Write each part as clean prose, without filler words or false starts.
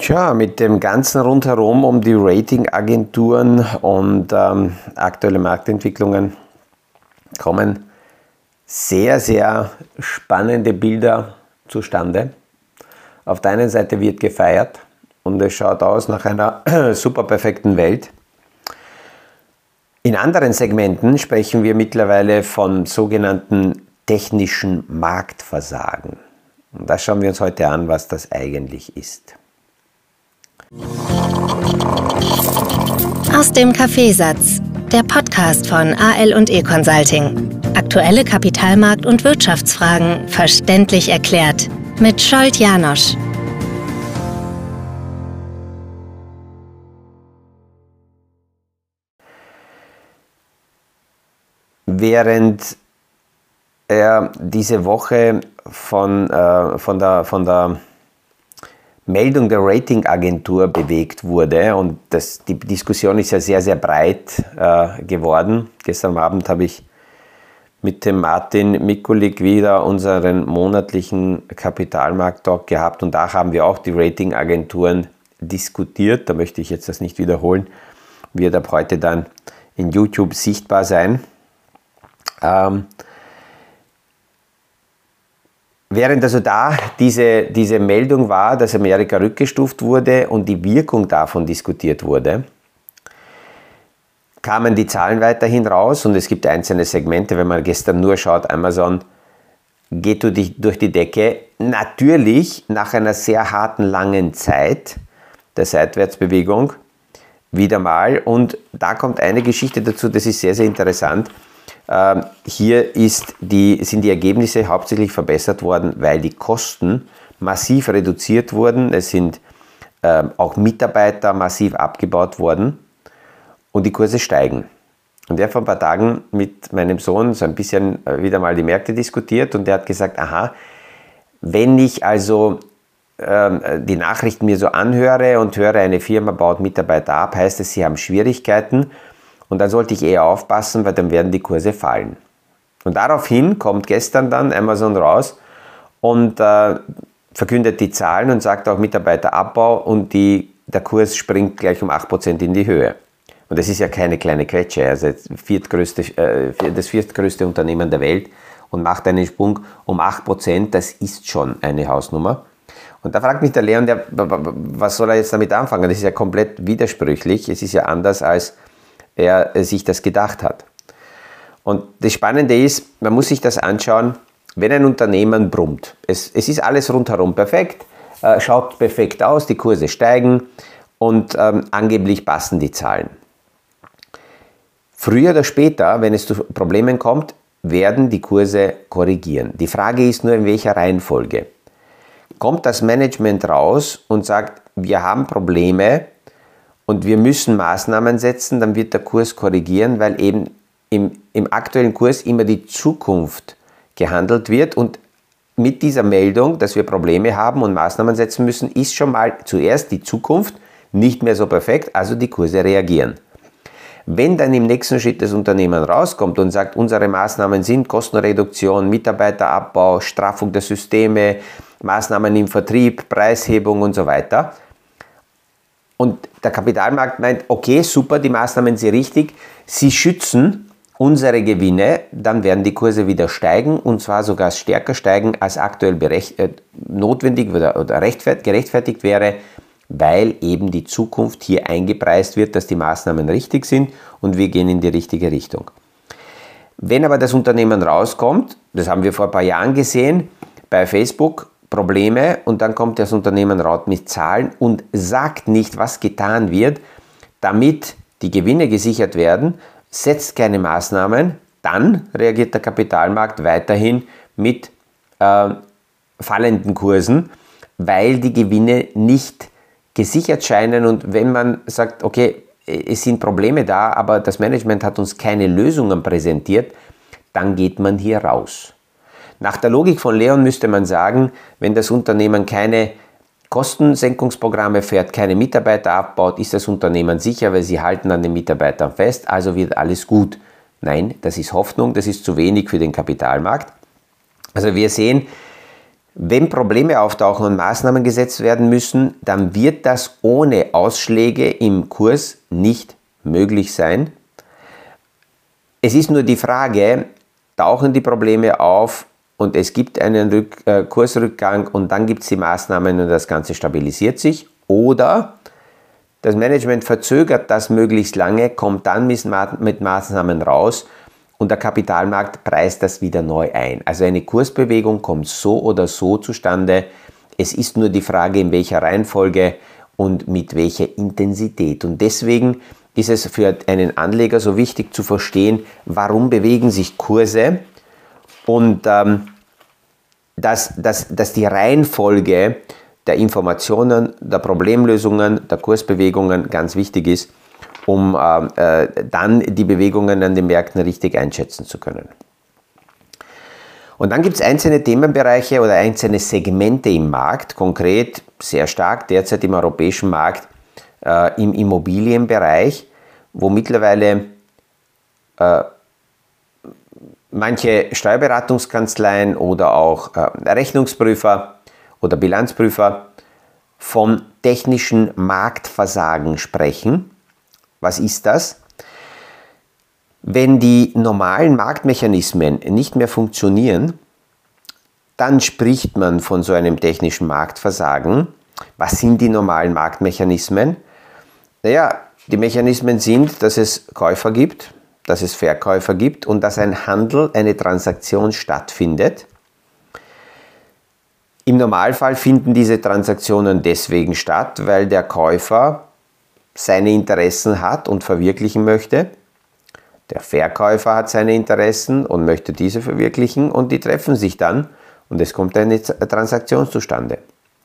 Tja, mit dem Ganzen rundherum um die Ratingagenturen und aktuelle Marktentwicklungen kommen sehr, sehr spannende Bilder zustande. Auf der einen Seite wird gefeiert und es schaut aus nach einer super perfekten Welt. In anderen Segmenten sprechen wir mittlerweile von sogenannten technischen Marktversagen. Und das schauen wir uns heute an, was das eigentlich ist. Aus dem Kaffeesatz, der Podcast von AL&E Consulting. Aktuelle Kapitalmarkt- und Wirtschaftsfragen verständlich erklärt mit Scholt Janosch. Während er diese Woche von der Meldung der Ratingagentur bewegt wurde, und die Diskussion ist ja sehr, sehr breit geworden. Gestern Abend habe ich mit dem Martin Mikulik wieder unseren monatlichen Kapitalmarkt-Talk gehabt, und da haben wir auch die Ratingagenturen diskutiert. Da möchte ich jetzt das nicht wiederholen, wird ab heute dann in YouTube sichtbar sein. Während also da diese Meldung war, dass Amerika rückgestuft wurde und die Wirkung davon diskutiert wurde, kamen die Zahlen weiterhin raus, und es gibt einzelne Segmente. Wenn man gestern nur schaut, Amazon geht durch die Decke. Natürlich nach einer sehr harten, langen Zeit der Seitwärtsbewegung wieder mal. Und da kommt eine Geschichte dazu, das ist sehr, sehr interessant. Hier sind die Ergebnisse hauptsächlich verbessert worden, weil die Kosten massiv reduziert wurden. Es sind auch Mitarbeiter massiv abgebaut worden und die Kurse steigen. Und ich habe vor ein paar Tagen mit meinem Sohn so ein bisschen wieder mal die Märkte diskutiert, und der hat gesagt, aha, wenn ich also die Nachrichten mir so anhöre und höre, eine Firma baut Mitarbeiter ab, heißt es, sie haben Schwierigkeiten. Und dann sollte ich eher aufpassen, weil dann werden die Kurse fallen. Und daraufhin kommt gestern dann Amazon raus und verkündet die Zahlen und sagt auch Mitarbeiterabbau, und der Kurs springt gleich um 8% in die Höhe. Und das ist ja keine kleine Quetsche, also das viertgrößte Unternehmen der Welt, und macht einen Sprung um 8%, das ist schon eine Hausnummer. Und da fragt mich der Leon, was soll er jetzt damit anfangen? Das ist ja komplett widersprüchlich, es ist ja anders, als er sich das gedacht hat. Und das Spannende ist, man muss sich das anschauen, wenn ein Unternehmen brummt. Es ist alles rundherum perfekt, schaut perfekt aus, die Kurse steigen und angeblich passen die Zahlen. Früher oder später, wenn es zu Problemen kommt, werden die Kurse korrigieren. Die Frage ist nur, in welcher Reihenfolge. Kommt das Management raus und sagt, wir haben Probleme und wir müssen Maßnahmen setzen, dann wird der Kurs korrigieren, weil eben im aktuellen Kurs immer die Zukunft gehandelt wird, und mit dieser Meldung, dass wir Probleme haben und Maßnahmen setzen müssen, ist schon mal zuerst die Zukunft nicht mehr so perfekt, also die Kurse reagieren. Wenn dann im nächsten Schritt das Unternehmen rauskommt und sagt, unsere Maßnahmen sind Kostenreduktion, Mitarbeiterabbau, Straffung der Systeme, Maßnahmen im Vertrieb, Preishebung und so weiter, und der Kapitalmarkt meint, okay, super, die Maßnahmen sind richtig, sie schützen unsere Gewinne, dann werden die Kurse wieder steigen, und zwar sogar stärker steigen, als aktuell notwendig oder gerechtfertigt wäre, weil eben die Zukunft hier eingepreist wird, dass die Maßnahmen richtig sind und wir gehen in die richtige Richtung. Wenn aber das Unternehmen rauskommt, das haben wir vor ein paar Jahren gesehen, bei Facebook, Probleme, und dann kommt das Unternehmen raus mit Zahlen und sagt nicht, was getan wird, damit die Gewinne gesichert werden, setzt keine Maßnahmen, dann reagiert der Kapitalmarkt weiterhin mit fallenden Kursen, weil die Gewinne nicht gesichert scheinen. Und wenn man sagt, okay, es sind Probleme da, aber das Management hat uns keine Lösungen präsentiert, dann geht man hier raus. Nach der Logik von Leon müsste man sagen, wenn das Unternehmen keine Kostensenkungsprogramme fährt, keine Mitarbeiter abbaut, ist das Unternehmen sicher, weil sie halten an den Mitarbeitern fest, also wird alles gut. Nein, das ist Hoffnung, das ist zu wenig für den Kapitalmarkt. Also wir sehen, Wenn Probleme auftauchen und Maßnahmen gesetzt werden müssen, dann wird das ohne Ausschläge im Kurs nicht möglich sein. Es ist nur die Frage, tauchen die Probleme auf und es gibt einen Kursrückgang und dann gibt es die Maßnahmen und das Ganze stabilisiert sich, oder das Management verzögert das möglichst lange, kommt dann mit Maßnahmen raus und der Kapitalmarkt preist das wieder neu ein. Also eine Kursbewegung kommt so oder so zustande. Es ist nur die Frage, in welcher Reihenfolge und mit welcher Intensität. Und deswegen ist es für einen Anleger so wichtig zu verstehen, warum bewegen sich Kurse und dass die Reihenfolge der Informationen, der Problemlösungen, der Kursbewegungen ganz wichtig ist, um dann die Bewegungen an den Märkten richtig einschätzen zu können. Und dann gibt es einzelne Themenbereiche oder einzelne Segmente im Markt, konkret sehr stark derzeit im europäischen Markt, im Immobilienbereich, wo mittlerweile manche Steuerberatungskanzleien oder auch Rechnungsprüfer oder Bilanzprüfer von technischen Marktversagen sprechen. Was ist das? Wenn die normalen Marktmechanismen nicht mehr funktionieren, dann spricht man von so einem technischen Marktversagen. Was sind die normalen Marktmechanismen? Naja, die Mechanismen sind, dass es Käufer gibt, dass es Verkäufer gibt und dass ein Handel, eine Transaktion stattfindet. Im Normalfall finden diese Transaktionen deswegen statt, weil der Käufer seine Interessen hat und verwirklichen möchte. Der Verkäufer hat seine Interessen und möchte diese verwirklichen und die treffen sich dann und es kommt eine Transaktion zustande.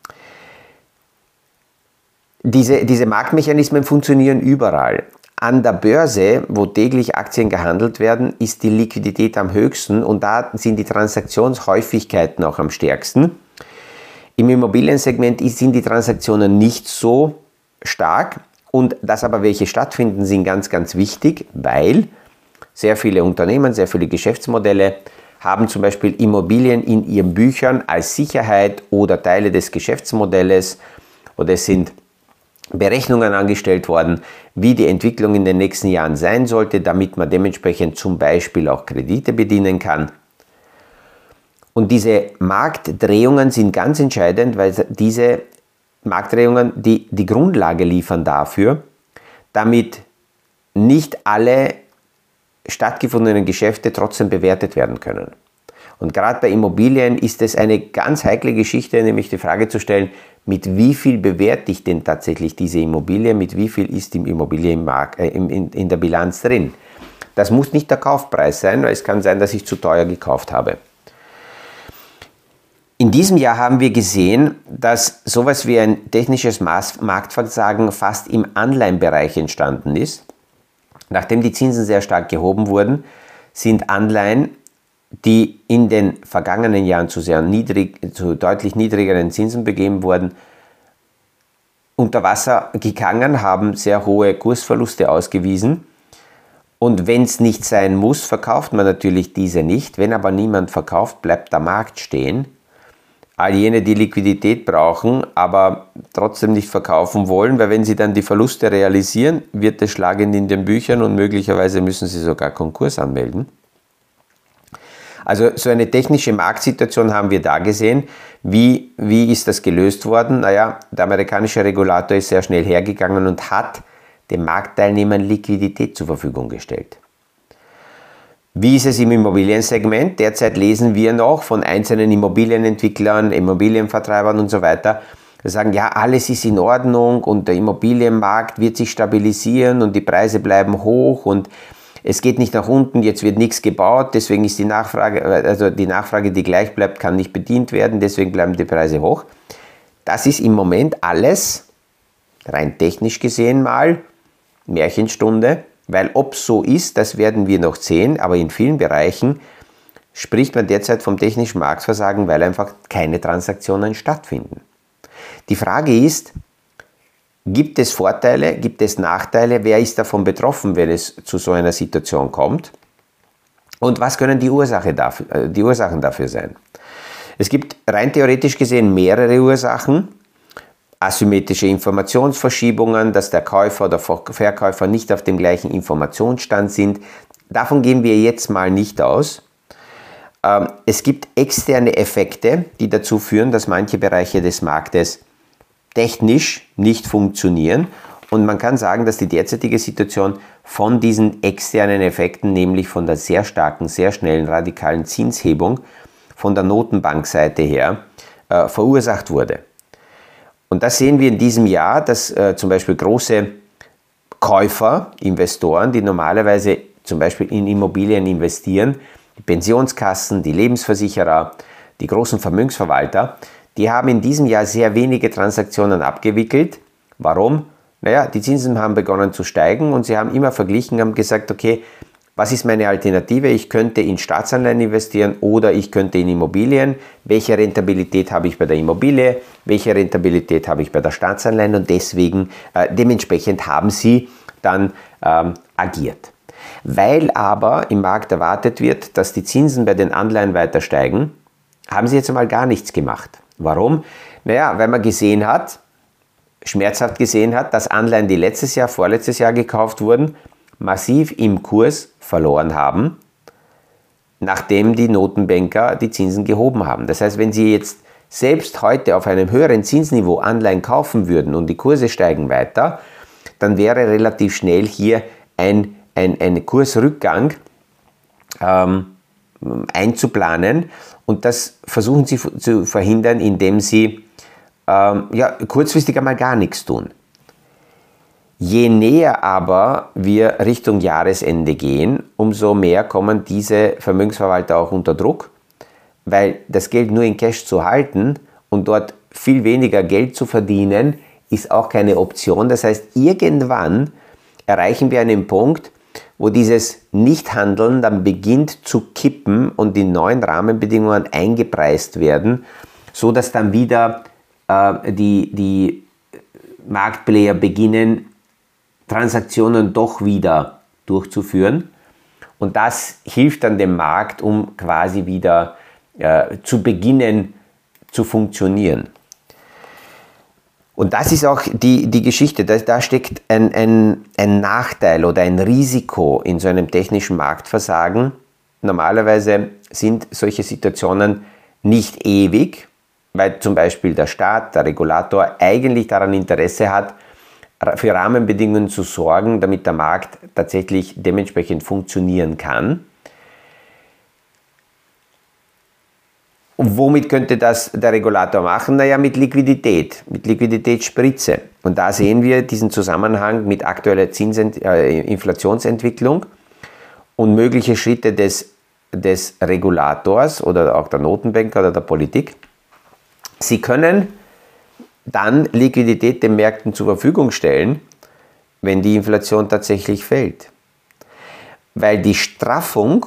Diese Marktmechanismen funktionieren überall. An der Börse, wo täglich Aktien gehandelt werden, ist die Liquidität am höchsten und da sind die Transaktionshäufigkeiten auch am stärksten. Im Immobiliensegment sind die Transaktionen nicht so stark und dass aber welche stattfinden, sind ganz, ganz wichtig, weil sehr viele Unternehmen, sehr viele Geschäftsmodelle haben zum Beispiel Immobilien in ihren Büchern als Sicherheit oder Teile des Geschäftsmodells oder es sind Berechnungen angestellt worden, wie die Entwicklung in den nächsten Jahren sein sollte, damit man dementsprechend zum Beispiel auch Kredite bedienen kann. Und diese Marktdrehungen sind ganz entscheidend, weil diese Marktdrehungen die Grundlage liefern dafür, damit nicht alle stattgefundenen Geschäfte trotzdem bewertet werden können. Und gerade bei Immobilien ist es eine ganz heikle Geschichte, nämlich die Frage zu stellen, mit wie viel bewerte ich denn tatsächlich diese Immobilie, mit wie viel ist im Immobilienmarkt, in der Bilanz drin. Das muss nicht der Kaufpreis sein, weil es kann sein, dass ich zu teuer gekauft habe. In diesem Jahr haben wir gesehen, dass sowas wie ein technisches Marktversagen fast im Anleihenbereich entstanden ist. Nachdem die Zinsen sehr stark gehoben wurden, sind Anleihen, die in den vergangenen Jahren zu deutlich niedrigeren Zinsen begeben wurden, unter Wasser gegangen, haben sehr hohe Kursverluste ausgewiesen. Und wenn es nicht sein muss, verkauft man natürlich diese nicht. Wenn aber niemand verkauft, bleibt der Markt stehen. All jene, die Liquidität brauchen, aber trotzdem nicht verkaufen wollen, weil wenn sie dann die Verluste realisieren, wird es schlagend in den Büchern und möglicherweise müssen sie sogar Konkurs anmelden. Also so eine technische Marktsituation haben wir da gesehen. Wie ist das gelöst worden? Naja, der amerikanische Regulator ist sehr schnell hergegangen und hat den Marktteilnehmern Liquidität zur Verfügung gestellt. Wie ist es im Immobiliensegment? Derzeit lesen wir noch von einzelnen Immobilienentwicklern, Immobilienvertreibern und so weiter, die sagen, ja, alles ist in Ordnung und der Immobilienmarkt wird sich stabilisieren und die Preise bleiben hoch und es geht nicht nach unten, jetzt wird nichts gebaut, deswegen ist die Nachfrage, die gleich bleibt, kann nicht bedient werden, deswegen bleiben die Preise hoch. Das ist im Moment alles, rein technisch gesehen mal, Märchenstunde, weil ob es so ist, das werden wir noch sehen, aber in vielen Bereichen spricht man derzeit vom technischen Marktversagen, weil einfach keine Transaktionen stattfinden. Die Frage ist, gibt es Vorteile, gibt es Nachteile, wer ist davon betroffen, wenn es zu so einer Situation kommt und was können die Ursachen dafür sein? Es gibt rein theoretisch gesehen mehrere Ursachen. Asymmetrische Informationsverschiebungen, dass der Käufer oder Verkäufer nicht auf dem gleichen Informationsstand sind. Davon gehen wir jetzt mal nicht aus. Es gibt externe Effekte, die dazu führen, dass manche Bereiche des Marktes technisch nicht funktionieren. Und man kann sagen, dass die derzeitige Situation von diesen externen Effekten, nämlich von der sehr starken, sehr schnellen, radikalen Zinshebung von der Notenbankseite her, verursacht wurde. Und das sehen wir in diesem Jahr, dass zum Beispiel große Käufer, Investoren, die normalerweise zum Beispiel in Immobilien investieren, die Pensionskassen, die Lebensversicherer, die großen Vermögensverwalter, die haben in diesem Jahr sehr wenige Transaktionen abgewickelt. Warum? Naja, die Zinsen haben begonnen zu steigen und sie haben immer verglichen, haben gesagt, okay, was ist meine Alternative? Ich könnte in Staatsanleihen investieren oder ich könnte in Immobilien. Welche Rentabilität habe ich bei der Immobilie? Welche Rentabilität habe ich bei der Staatsanleihen? Und deswegen, dementsprechend haben sie dann agiert. Weil aber im Markt erwartet wird, dass die Zinsen bei den Anleihen weiter steigen, haben sie jetzt einmal gar nichts gemacht. Warum? Naja, weil man gesehen hat, schmerzhaft gesehen hat, dass Anleihen, die letztes Jahr, vorletztes Jahr gekauft wurden, massiv im Kurs verloren haben, nachdem die Notenbanker die Zinsen gehoben haben. Das heißt, wenn Sie jetzt selbst heute auf einem höheren Zinsniveau Anleihen kaufen würden und die Kurse steigen weiter, dann wäre relativ schnell hier ein Kursrückgang einzuplanen und das versuchen Sie zu verhindern, indem Sie kurzfristig einmal gar nichts tun. Je näher aber wir Richtung Jahresende gehen, umso mehr kommen diese Vermögensverwalter auch unter Druck, weil das Geld nur in Cash zu halten und dort viel weniger Geld zu verdienen, ist auch keine Option. Das heißt, irgendwann erreichen wir einen Punkt, wo dieses Nichthandeln dann beginnt zu kippen und die neuen Rahmenbedingungen eingepreist werden, so dass dann wieder die Marktplayer beginnen, Transaktionen doch wieder durchzuführen. Und das hilft dann dem Markt, um quasi wieder zu beginnen zu funktionieren. Und das ist auch die Geschichte. Da steckt ein Nachteil oder ein Risiko in so einem technischen Marktversagen. Normalerweise sind solche Situationen nicht ewig, weil zum Beispiel der Staat, der Regulator eigentlich daran Interesse hat, für Rahmenbedingungen zu sorgen, damit der Markt tatsächlich dementsprechend funktionieren kann. Und womit könnte das der Regulator machen? Naja, mit Liquiditätsspritze. Und da sehen wir diesen Zusammenhang mit aktueller Inflationsentwicklung und mögliche Schritte des Regulators oder auch der Notenbanker oder der Politik. Sie können dann Liquidität den Märkten zur Verfügung stellen, wenn die Inflation tatsächlich fällt. Weil die Straffung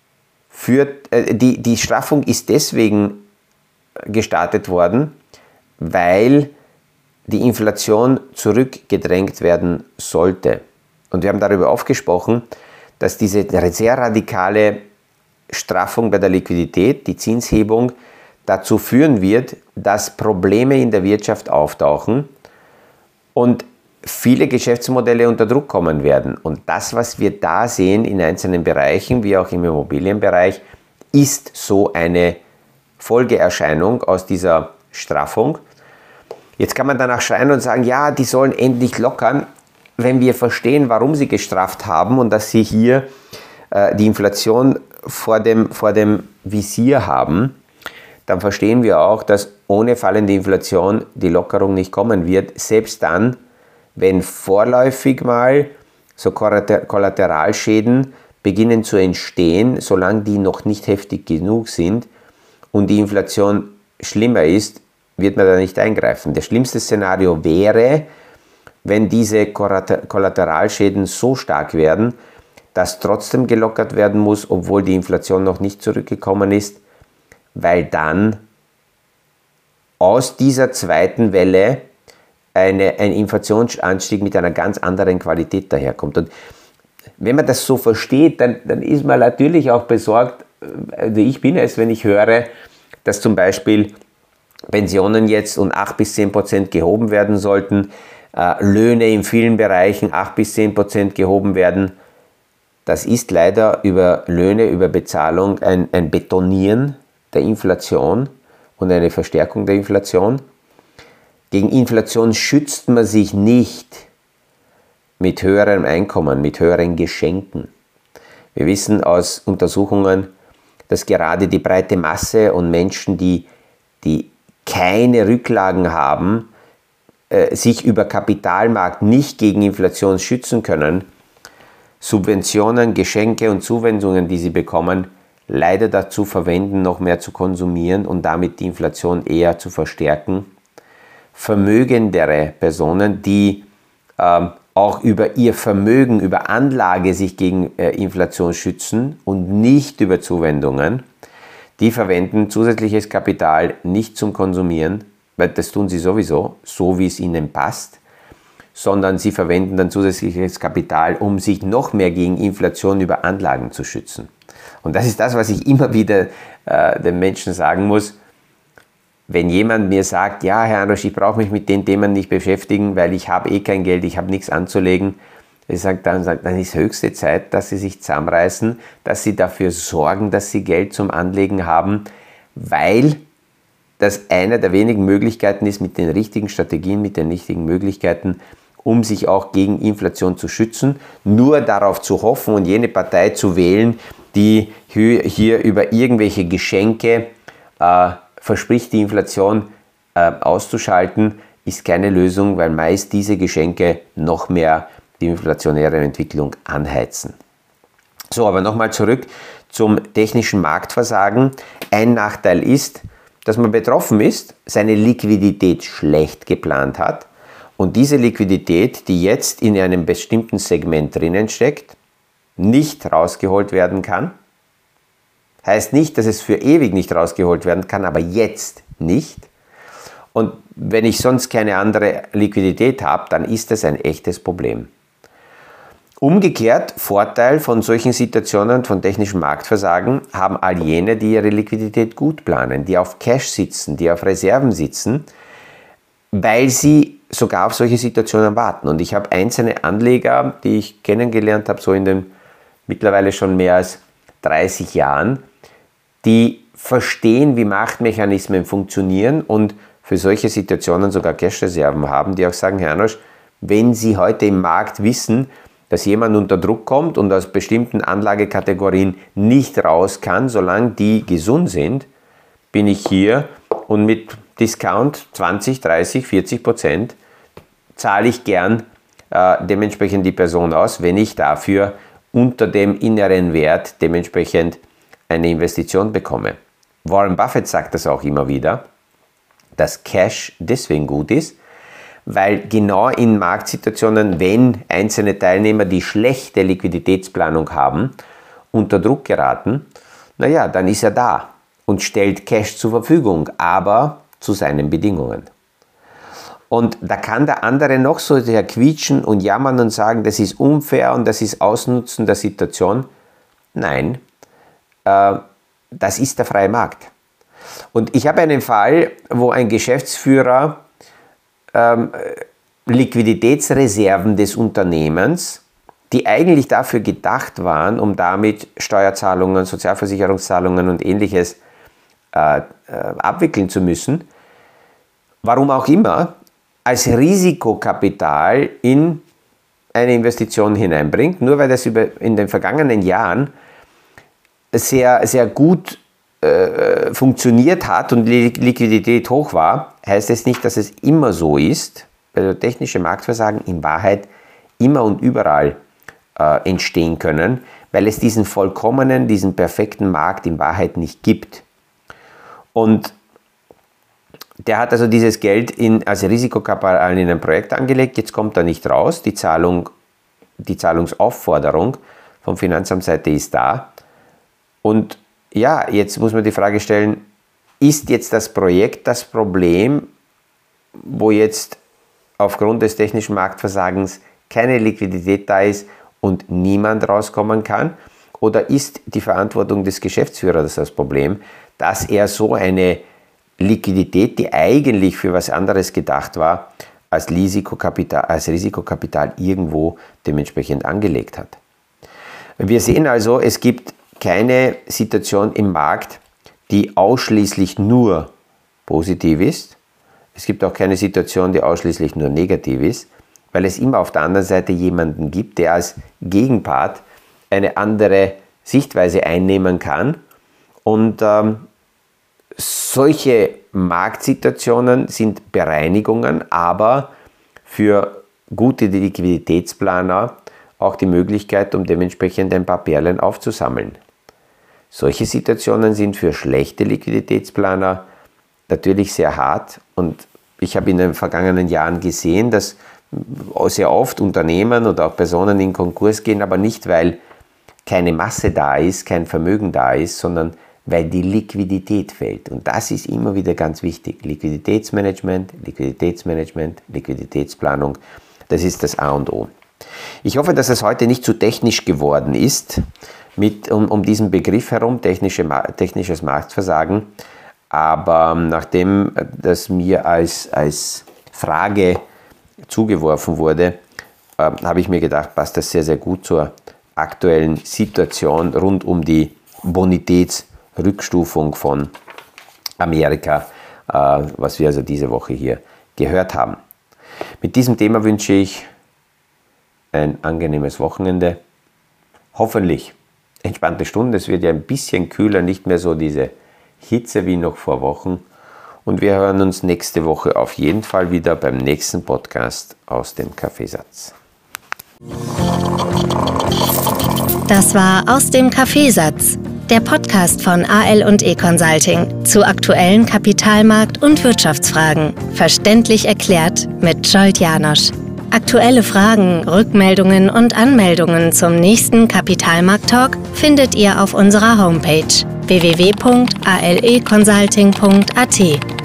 die Straffung ist deswegen gestartet worden, weil die Inflation zurückgedrängt werden sollte. Und wir haben darüber aufgesprochen, dass diese sehr radikale Straffung bei der Liquidität, die Zinshebung, dazu führen wird, dass Probleme in der Wirtschaft auftauchen und viele Geschäftsmodelle unter Druck kommen werden. Und das, was wir da sehen in einzelnen Bereichen, wie auch im Immobilienbereich, ist so eine Folgeerscheinung aus dieser Straffung. Jetzt kann man danach schreien und sagen, ja, die sollen endlich lockern. Wenn wir verstehen, warum sie gestrafft haben und dass sie hier die Inflation vor dem Visier haben, dann verstehen wir auch, dass ohne fallende Inflation die Lockerung nicht kommen wird, selbst dann, wenn vorläufig mal so Kollateralschäden beginnen zu entstehen, solange die noch nicht heftig genug sind und die Inflation schlimmer ist, wird man da nicht eingreifen. Das schlimmste Szenario wäre, wenn diese Kollateralschäden so stark werden, dass trotzdem gelockert werden muss, obwohl die Inflation noch nicht zurückgekommen ist, weil dann aus dieser zweiten Welle ein Inflationsanstieg mit einer ganz anderen Qualität daherkommt. Und wenn man das so versteht, dann ist man natürlich auch besorgt, wie ich bin es, wenn ich höre, dass zum Beispiel Pensionen jetzt um 8-10% gehoben werden sollten, Löhne in vielen Bereichen 8-10% gehoben werden. Das ist leider über Löhne, über Bezahlung ein Betonieren der Inflation und eine Verstärkung der Inflation. Gegen Inflation schützt man sich nicht mit höherem Einkommen, mit höheren Geschenken. Wir wissen aus Untersuchungen, dass gerade die breite Masse und Menschen, die keine Rücklagen haben, sich über Kapitalmarkt nicht gegen Inflation schützen können, Subventionen, Geschenke und Zuwendungen, die sie bekommen, leider dazu verwenden, noch mehr zu konsumieren und damit die Inflation eher zu verstärken. Vermögendere Personen, die auch über ihr Vermögen, über Anlage sich gegen Inflation schützen und nicht über Zuwendungen, die verwenden zusätzliches Kapital nicht zum Konsumieren, weil das tun sie sowieso, so wie es ihnen passt, sondern sie verwenden dann zusätzliches Kapital, um sich noch mehr gegen Inflation über Anlagen zu schützen. Und das ist das, was ich immer wieder den Menschen sagen muss. Wenn jemand mir sagt, ja, Herr Janosch, ich brauche mich mit den Themen nicht beschäftigen, weil ich habe eh kein Geld, ich habe nichts anzulegen, dann ist höchste Zeit, dass Sie sich zusammenreißen, dass Sie dafür sorgen, dass Sie Geld zum Anlegen haben, weil das eine der wenigen Möglichkeiten ist, mit den richtigen Strategien, mit den richtigen Möglichkeiten, um sich auch gegen Inflation zu schützen, nur darauf zu hoffen und jene Partei zu wählen, die hier über irgendwelche Geschenke verspricht, die Inflation auszuschalten, ist keine Lösung, weil meist diese Geschenke noch mehr die inflationäre Entwicklung anheizen. So, aber nochmal zurück zum technischen Marktversagen. Ein Nachteil ist, dass man betroffen ist, seine Liquidität schlecht geplant hat und diese Liquidität, die jetzt in einem bestimmten Segment drinnen steckt, nicht rausgeholt werden kann. Heißt nicht, dass es für ewig nicht rausgeholt werden kann, aber jetzt nicht. Und wenn ich sonst keine andere Liquidität habe, dann ist das ein echtes Problem. Umgekehrt, Vorteil von solchen Situationen von technischem Marktversagen haben all jene, die ihre Liquidität gut planen, die auf Cash sitzen, die auf Reserven sitzen, weil sie sogar auf solche Situationen warten. Und ich habe einzelne Anleger, die ich kennengelernt habe, so in den mittlerweile schon mehr als 30 Jahren, die verstehen, wie Marktmechanismen funktionieren und für solche Situationen sogar Cash-Reserven haben, die auch sagen, Herr Janosch, wenn Sie heute im Markt wissen, dass jemand unter Druck kommt und aus bestimmten Anlagekategorien nicht raus kann, solange die gesund sind, bin ich hier und mit Discount 20, 30, 40% zahle ich gern dementsprechend die Person aus, wenn ich dafür unter dem inneren Wert dementsprechend eine Investition bekomme. Warren Buffett sagt das auch immer wieder, dass Cash deswegen gut ist, weil genau in Marktsituationen, wenn einzelne Teilnehmer, die schlechte Liquiditätsplanung haben, unter Druck geraten, naja, dann ist er da und stellt Cash zur Verfügung, aber zu seinen Bedingungen. Und da kann der andere noch so sehr quietschen und jammern und sagen, das ist unfair und das ist Ausnutzen der Situation. Nein, das ist der freie Markt. Und ich habe einen Fall, wo ein Geschäftsführer Liquiditätsreserven des Unternehmens, die eigentlich dafür gedacht waren, um damit Steuerzahlungen, Sozialversicherungszahlungen und Ähnliches abwickeln zu müssen, warum auch immer, als Risikokapital in eine Investition hineinbringt, nur weil das in den vergangenen Jahren sehr, sehr gut funktioniert hat und die Liquidität hoch war, heißt es nicht, dass es immer so ist, weil technische Marktversagen in Wahrheit immer und überall entstehen können, weil es diesen vollkommenen, diesen perfekten Markt in Wahrheit nicht gibt. Und der hat also dieses Geld als Risikokapital in ein Projekt angelegt, jetzt kommt er nicht raus, die Zahlungsaufforderung vom Finanzamtseite ist da und ja, jetzt muss man die Frage stellen, ist jetzt das Projekt das Problem, wo jetzt aufgrund des technischen Marktversagens keine Liquidität da ist und niemand rauskommen kann? oder ist die Verantwortung des Geschäftsführers das Problem, dass er so eine Liquidität, die eigentlich für was anderes gedacht war, als Risikokapital irgendwo dementsprechend angelegt hat? Wir sehen also, es gibt keine Situation im Markt, die ausschließlich nur positiv ist. Es gibt auch keine Situation, die ausschließlich nur negativ ist, weil es immer auf der anderen Seite jemanden gibt, der als Gegenpart eine andere Sichtweise einnehmen kann. Und solche Marktsituationen sind Bereinigungen, aber für gute Liquiditätsplaner auch die Möglichkeit, um dementsprechend ein paar Perlen aufzusammeln. Solche Situationen sind für schlechte Liquiditätsplaner natürlich sehr hart, und ich habe in den vergangenen Jahren gesehen, dass sehr oft Unternehmen oder auch Personen in Konkurs gehen, aber nicht, weil keine Masse da ist, kein Vermögen da ist, sondern weil die Liquidität fehlt. Und das ist immer wieder ganz wichtig. Liquiditätsmanagement, Liquiditätsplanung, das ist das A und O. Ich hoffe, dass es heute nicht zu technisch geworden ist, um diesen Begriff herum, technisches Marktversagen. Aber nachdem das mir als Frage zugeworfen wurde, habe ich mir gedacht, passt das sehr, sehr gut zur aktuellen Situation rund um die Bonitätsrückstufung von Amerika, was wir also diese Woche hier gehört haben. Mit diesem Thema wünsche ich ein angenehmes Wochenende. Hoffentlich entspannte Stunde. Es wird ja ein bisschen kühler, nicht mehr so diese Hitze wie noch vor Wochen. Und wir hören uns nächste Woche auf jeden Fall wieder beim nächsten Podcast aus dem Kaffeesatz. Das war Aus dem Kaffeesatz, der Podcast von AL&E Consulting zu aktuellen Kapitalmarkt- und Wirtschaftsfragen. Verständlich erklärt mit Zsolt János. Aktuelle Fragen, Rückmeldungen und Anmeldungen zum nächsten Kapitalmarkt-Talk findet ihr auf unserer Homepage www.aleconsulting.at.